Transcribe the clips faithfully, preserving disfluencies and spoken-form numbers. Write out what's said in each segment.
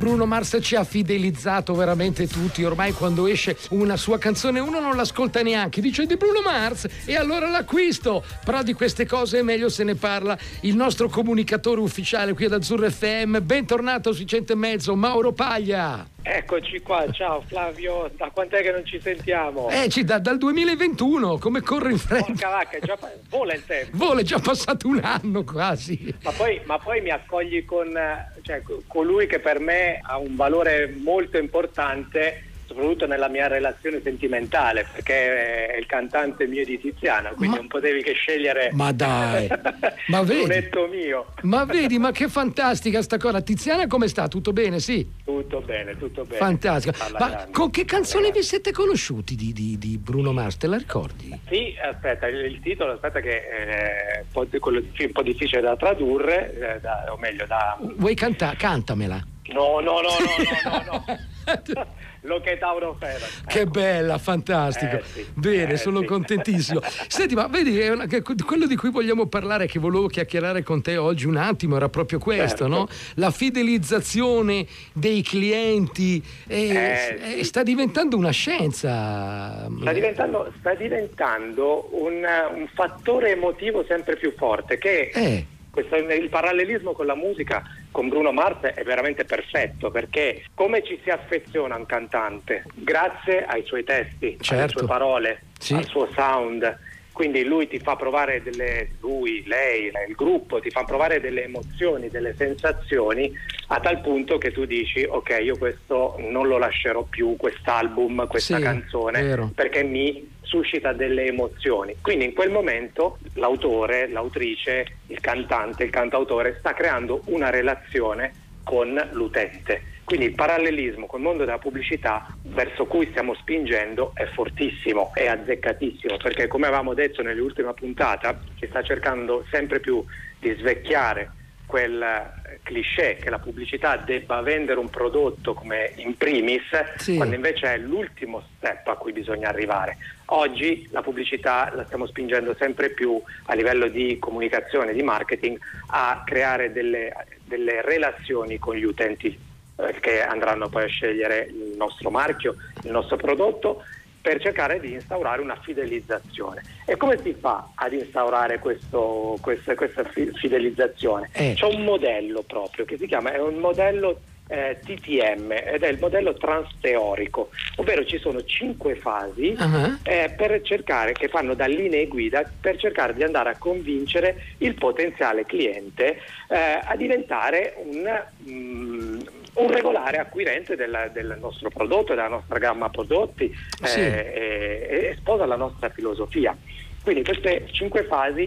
Bruno Mars ci ha fidelizzato veramente tutti. Ormai quando esce una sua canzone uno non l'ascolta neanche, dice di Bruno Mars e allora l'acquisto. Però di queste cose è meglio se ne parla il nostro comunicatore ufficiale qui ad Azzurro F M. Bentornato sui cento e mezzo, Mauro Paglia. Eccoci qua, ciao Flavio, da quant'è che non ci sentiamo? Eh, ci, da, dal duemilaventuno, come corre in fretta. Porca vacca, già, vola il tempo. Vola, è già passato un anno quasi. Ma poi, ma poi mi accogli con cioè, colui che per me ha un valore molto importante, soprattutto nella mia relazione sentimentale, perché è il cantante mio di Tiziana, quindi ma, non potevi che scegliere. Ma dai, ma vedi, l'unetto mio. Ma vedi, ma che fantastica sta cosa. Tiziana come sta? Tutto bene? Sì. Tutto bene, tutto bene. Fantastica. Ma con che canzone vi siete conosciuti di, di, di Bruno Mars? Te la ricordi? Sì, aspetta, il, il titolo, aspetta che è un po', quello, un po' difficile da tradurre, eh, da, o meglio da. Vuoi cantare? Cantamela. No, no, no, no, no, no, no. Lo che Tauro Fera. Che ecco. Bella, fantastico. Eh, sì. Bene, eh, sono sì. contentissimo. Senti, ma vedi, è una, che, quello di cui vogliamo parlare, che volevo chiacchierare con te oggi un attimo, era proprio questo, certo. No? La fidelizzazione dei clienti eh, eh, sì. eh, sta diventando una scienza. Sta diventando, sta diventando un, un fattore emotivo sempre più forte che eh. questo, il parallelismo con la musica con Bruno Mars è veramente perfetto, perché come ci si affeziona a un cantante? Grazie ai suoi testi, certo. alle sue parole, sì. al suo sound. Quindi lui ti fa provare delle, lui, lei, il gruppo ti fa provare delle emozioni, delle sensazioni, a tal punto che tu dici ok, io questo non lo lascerò più, quest'album, questa sì, canzone, vero. Perché mi suscita delle emozioni. Quindi in quel momento l'autore, l'autrice, il cantante, il cantautore sta creando una relazione con l'utente. Quindi il parallelismo col mondo della pubblicità verso cui stiamo spingendo è fortissimo, è azzeccatissimo, perché come avevamo detto nell'ultima puntata si sta cercando sempre più di svecchiare quel cliché che la pubblicità debba vendere un prodotto come in primis, sì. Quando invece è l'ultimo step a cui bisogna arrivare. Oggi la pubblicità la stiamo spingendo sempre più a livello di comunicazione, di marketing, a creare delle, delle relazioni con gli utenti che andranno poi a scegliere il nostro marchio, il nostro prodotto, per cercare di instaurare una fidelizzazione. E come si fa ad instaurare questo, questa, questa fidelizzazione? Eh. C'è un modello proprio che si chiama, è un modello eh, T T M ed è il modello transteorico, ovvero ci sono cinque fasi uh-huh. eh, per cercare, che fanno da linee guida per cercare di andare a convincere il potenziale cliente eh, a diventare un mm, un regolare acquirente del, del nostro prodotto, della nostra gamma prodotti, sì. eh, e, e sposa la nostra filosofia. Quindi queste cinque fasi,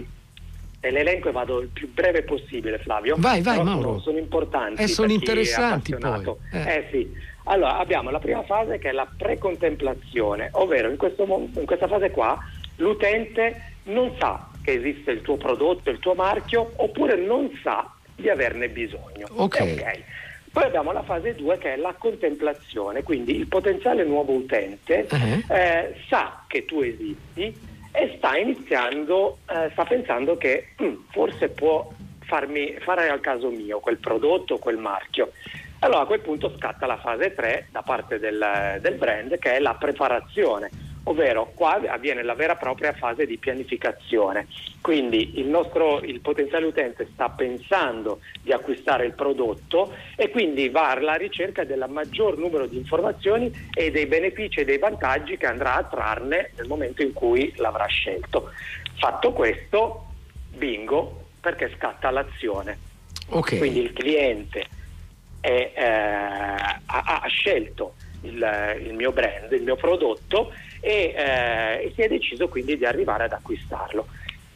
e l'elenco vado il più breve possibile, Flavio. Vai, vai, sono, Mauro. Sono importanti. E sono interessanti poi. Eh. eh sì. Allora, abbiamo la prima fase che è la precontemplazione, ovvero in, questo, in questa fase qua l'utente non sa che esiste il tuo prodotto, il tuo marchio, oppure non sa di averne bisogno. Ok. okay. Poi abbiamo la fase due che è la contemplazione, quindi il potenziale nuovo utente uh-huh. eh, sa che tu esisti e sta iniziando, eh, sta pensando che hm, forse può farmi fare al caso mio quel prodotto, quel marchio. Allora a quel punto scatta la fase tre da parte del, del brand, che è la preparazione, ovvero qua avviene la vera e propria fase di pianificazione. Quindi il nostro il potenziale utente sta pensando di acquistare il prodotto e quindi va alla ricerca del maggior numero di informazioni e dei benefici e dei vantaggi che andrà a trarne nel momento in cui l'avrà scelto. Fatto questo, bingo, perché scatta l'azione. Okay. Quindi il cliente è, eh, ha, ha scelto il, il mio brand, il mio prodotto e, eh, e si è deciso quindi di arrivare ad acquistarlo.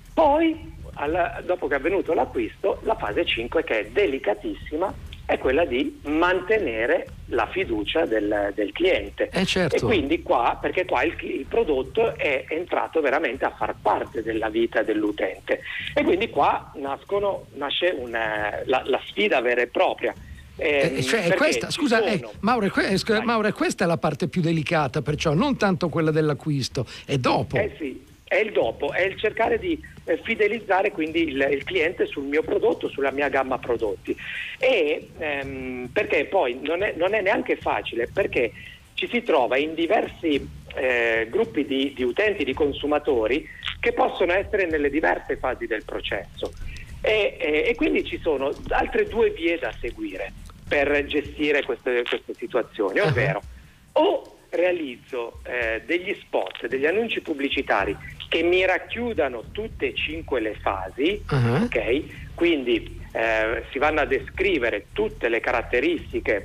Poi, al, dopo che è avvenuto l'acquisto, la fase cinque, che è delicatissima, è quella di mantenere la fiducia del, del cliente. Eh certo. E quindi qua, perché qua il, il prodotto è entrato veramente a far parte della vita dell'utente. E quindi qua nascono, nasce una, la, la sfida vera e propria. Eh, eh, cioè, è questa, scusa, sono... eh, Mauro, è que- scusa, Mauro, è questa la parte più delicata, perciò non tanto quella dell'acquisto, è dopo. Eh sì, è il dopo, è il cercare di eh, fidelizzare quindi il, il cliente sul mio prodotto, sulla mia gamma prodotti. E ehm, perché poi non è, non è neanche facile, perché ci si trova in diversi eh, gruppi di, di utenti, di consumatori, che possono essere nelle diverse fasi del processo. E, e, e quindi ci sono altre due vie da seguire per gestire queste, queste situazioni, ovvero o realizzo eh, degli spot, degli annunci pubblicitari che mi racchiudano tutte e cinque le fasi, uh-huh. ok? Quindi eh, si vanno a descrivere tutte le caratteristiche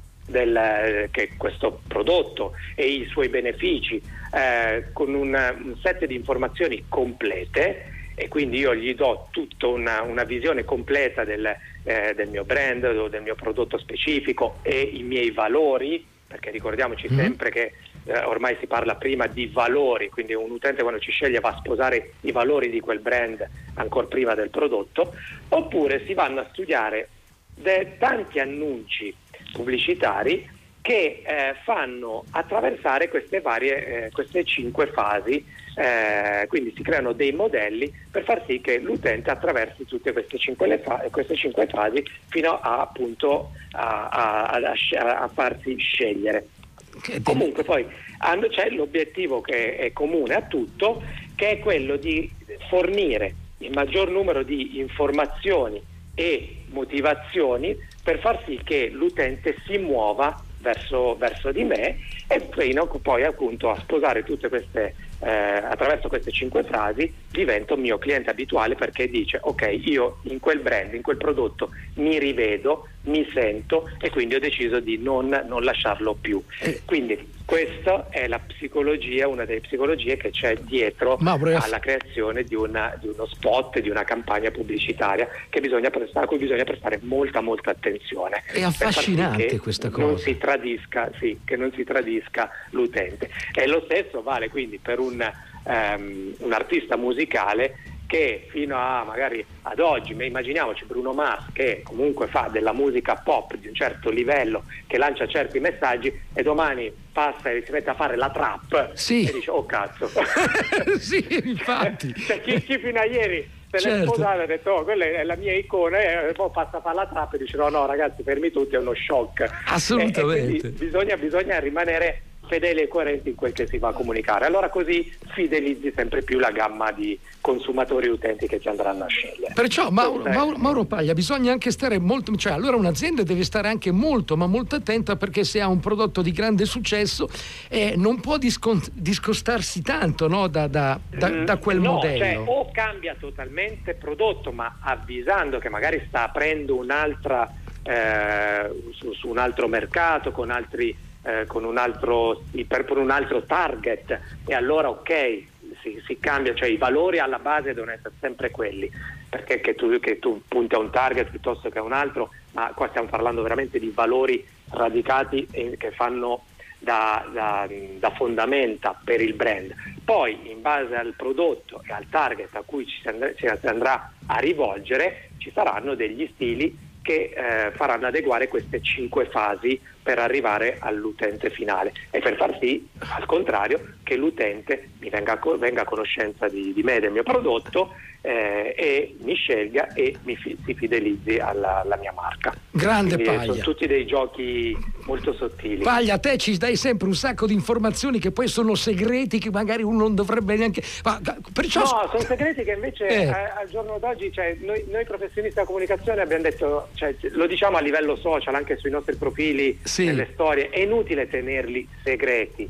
del, che questo prodotto e i suoi benefici eh, con un, un set di informazioni complete, e quindi io gli do tutta una, una visione completa del, eh, del mio brand o del mio prodotto specifico e i miei valori, perché ricordiamoci mm. sempre che eh, ormai si parla prima di valori, quindi un utente quando ci sceglie va a sposare i valori di quel brand ancora prima del prodotto. Oppure si vanno a studiare de- tanti annunci pubblicitari che eh, fanno attraversare queste varie, eh, queste cinque fasi, eh, quindi si creano dei modelli per far sì che l'utente attraversi tutte queste cinque, le fa- queste cinque fasi fino a, appunto a, a, a, a farsi scegliere. Comunque poi hanno, c'è l'obiettivo che è comune a tutto, che è quello di fornire il maggior numero di informazioni e motivazioni per far sì che l'utente si muova verso, verso di me, e fino poi appunto a sposare tutte queste eh, attraverso queste cinque frasi divento un mio cliente abituale, perché dice ok, io in quel brand, in quel prodotto mi rivedo, mi sento, e quindi ho deciso di non, non lasciarlo più. Quindi questa è la psicologia, una delle psicologie che c'è dietro Mauro, alla creazione di, una, di uno spot, di una campagna pubblicitaria che bisogna prestare, a cui bisogna prestare molta molta attenzione. È affascinante sì questa cosa. Non si tradisca, sì, che non si tradisca l'utente. E lo stesso vale quindi per un, um, un artista musicale che fino a magari ad oggi, immaginiamoci Bruno Mars, che comunque fa della musica pop di un certo livello, che lancia certi messaggi, e domani passa e si mette a fare la trap, sì. E dice oh cazzo. Sì, infatti. Cioè, chi, chi fino a ieri se certo. l'è sposato ha detto oh, quella è la mia icona, e poi passa a fare la trap e dice no no ragazzi, fermi tutti, è uno shock. Assolutamente. E, e bisogna, bisogna rimanere fedeli e coerenti in quel che si va a comunicare, allora così fidelizzi sempre più la gamma di consumatori e utenti che ti andranno a scegliere. Perciò Mauro, Mauro, Mauro Paglia, bisogna anche stare molto, cioè allora un'azienda deve stare anche molto ma molto attenta, perché se ha un prodotto di grande successo eh, non può discont- discostarsi tanto, no, da, da, da, da quel no, modello. Cioè, o cambia totalmente prodotto, ma avvisando che magari sta aprendo un'altra eh, su, su un altro mercato con altri Eh, con un altro per, per un altro target, e allora ok, si, si cambia, cioè i valori alla base devono essere sempre quelli, perché che tu, che tu punti a un target piuttosto che a un altro, ma qua stiamo parlando veramente di valori radicati e che fanno da, da, da fondamenta per il brand. Poi in base al prodotto e al target a cui ci si andrà, ci si andrà a rivolgere, ci saranno degli stili che eh, faranno adeguare queste cinque fasi per arrivare all'utente finale, e per far sì, al contrario, che l'utente mi venga, venga a conoscenza di, di me, del mio prodotto, eh, e mi scelga e mi fi, si fidelizzi alla, alla mia marca. Grande Quindi Paglia. sono tutti dei giochi molto sottili. Paglia, te ci dai sempre un sacco di informazioni che poi sono segreti, che magari uno non dovrebbe neanche... Ma, perciò... No, sono segreti che invece eh. a, al giorno d'oggi, cioè, noi, noi professionisti della comunicazione abbiamo detto, cioè, lo diciamo a livello social, anche sui nostri profili, sì. Nelle storie, è inutile tenerli segreti,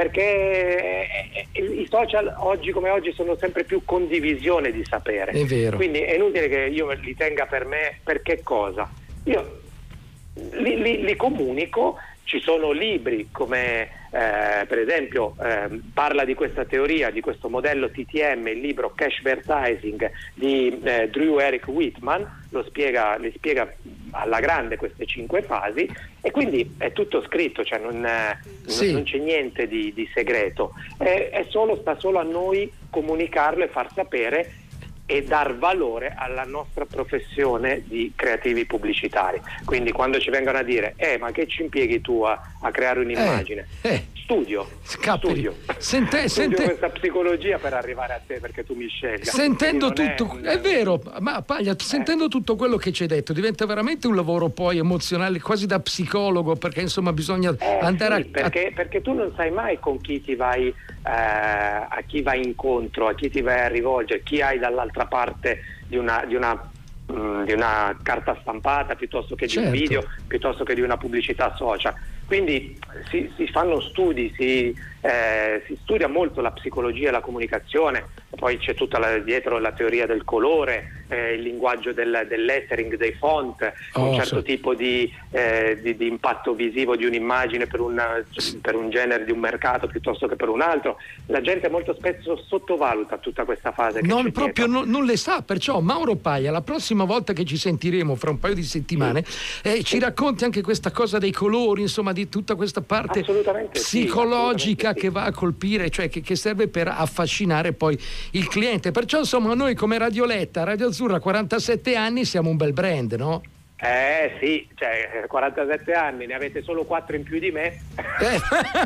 perché i social oggi come oggi sono sempre più condivisione di sapere. È vero. Quindi è inutile che io li tenga per me, per che cosa? Io li, li, li comunico. Ci sono libri come eh, per esempio eh, parla di questa teoria, di questo modello T T M, il libro Cashvertising di eh, Drew Eric Whitman, lo spiega, li spiega alla grande queste cinque fasi, e quindi è tutto scritto, cioè non, sì. non, non c'è niente di, di segreto, è, è solo, sta solo a noi comunicarlo e far sapere e dar valore alla nostra professione di creativi pubblicitari. Quindi quando ci vengono a dire eh ma che ci impieghi tu a, a creare un'immagine, eh, eh. studio, studio, Sente, studio sente... questa psicologia per arrivare a te, perché tu mi scegli. Sentendo tutto, è, un... è vero, ma Paglia, eh. sentendo tutto quello che ci hai detto, diventa veramente un lavoro poi emozionale, quasi da psicologo, perché insomma bisogna eh, andare sì, a... Perché, perché tu non sai mai con chi ti vai, eh, a chi vai incontro, a chi ti vai a rivolgere, chi hai dall'altra parte di una... Di una di una carta stampata piuttosto che di certo. un video, piuttosto che di una pubblicità social. Quindi si, si fanno studi, si, eh, si studia molto la psicologia e la comunicazione, poi c'è tutta la, dietro la teoria del colore, eh, il linguaggio del, del lettering, dei font, oh, un certo sì. tipo di, eh, di, di impatto visivo di un'immagine per, una, per un genere di un mercato piuttosto che per un altro. La gente molto spesso sottovaluta tutta questa fase che non c'è proprio non, non le sa, perciò Mauro Paglia la prossima volta che ci sentiremo fra un paio di settimane sì. eh, ci racconti anche questa cosa dei colori, insomma di tutta questa parte psicologica sì, che va a colpire, cioè che, che serve per affascinare poi il cliente. Perciò insomma noi come Radioletta, Radio Azzurra, quarantasette anni, siamo un bel brand, no? Eh sì, cioè quarantasette anni, ne avete solo quattro in più di me. Eh.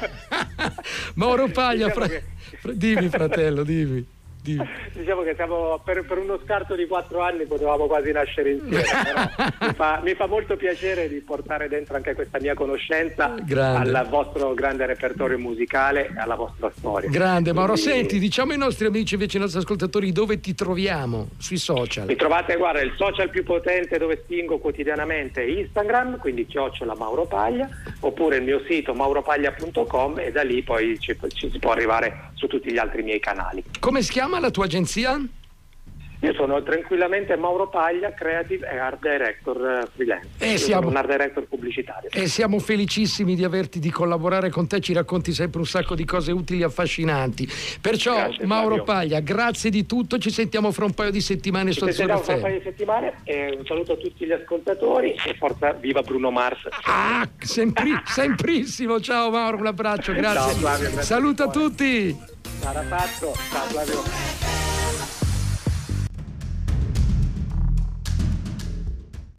Mauro Paglia, diciamo fra... che... dimmi fratello, dimmi. Diciamo che siamo per, per uno scarto di quattro anni potevamo quasi nascere insieme, però mi, fa, mi fa molto piacere di portare dentro anche questa mia conoscenza grande. Al vostro grande repertorio musicale e alla vostra storia. Grande Mauro. Quindi... Senti, diciamo ai nostri amici, invece ai nostri ascoltatori, dove ti troviamo sui social? Mi trovate, guarda, il social più potente dove spingo quotidianamente è Instagram, quindi chiocciola Mauro Paglia, oppure il mio sito mauropaglia punto com, e da lì poi ci, ci si può arrivare su tutti gli altri miei canali. Come si chiama la tua agenzia? Io sono tranquillamente Mauro Paglia, Creative e Art Director freelance. E siamo, sono un Art Director pubblicitario. E siamo felicissimi di averti, di collaborare con te, ci racconti sempre un sacco di cose utili e affascinanti. Perciò grazie, Mauro Fabio. Paglia, grazie di tutto, ci sentiamo fra un paio di settimane ci su Azzurra fra un paio di settimane e un saluto a tutti gli ascoltatori e forza, viva Bruno Mars. Ah, sempri, semprissimo, ciao Mauro, un abbraccio, grazie. Ciao Flavio, grazie. Saluta a tutti. Sarà fatto, ciao Flavio.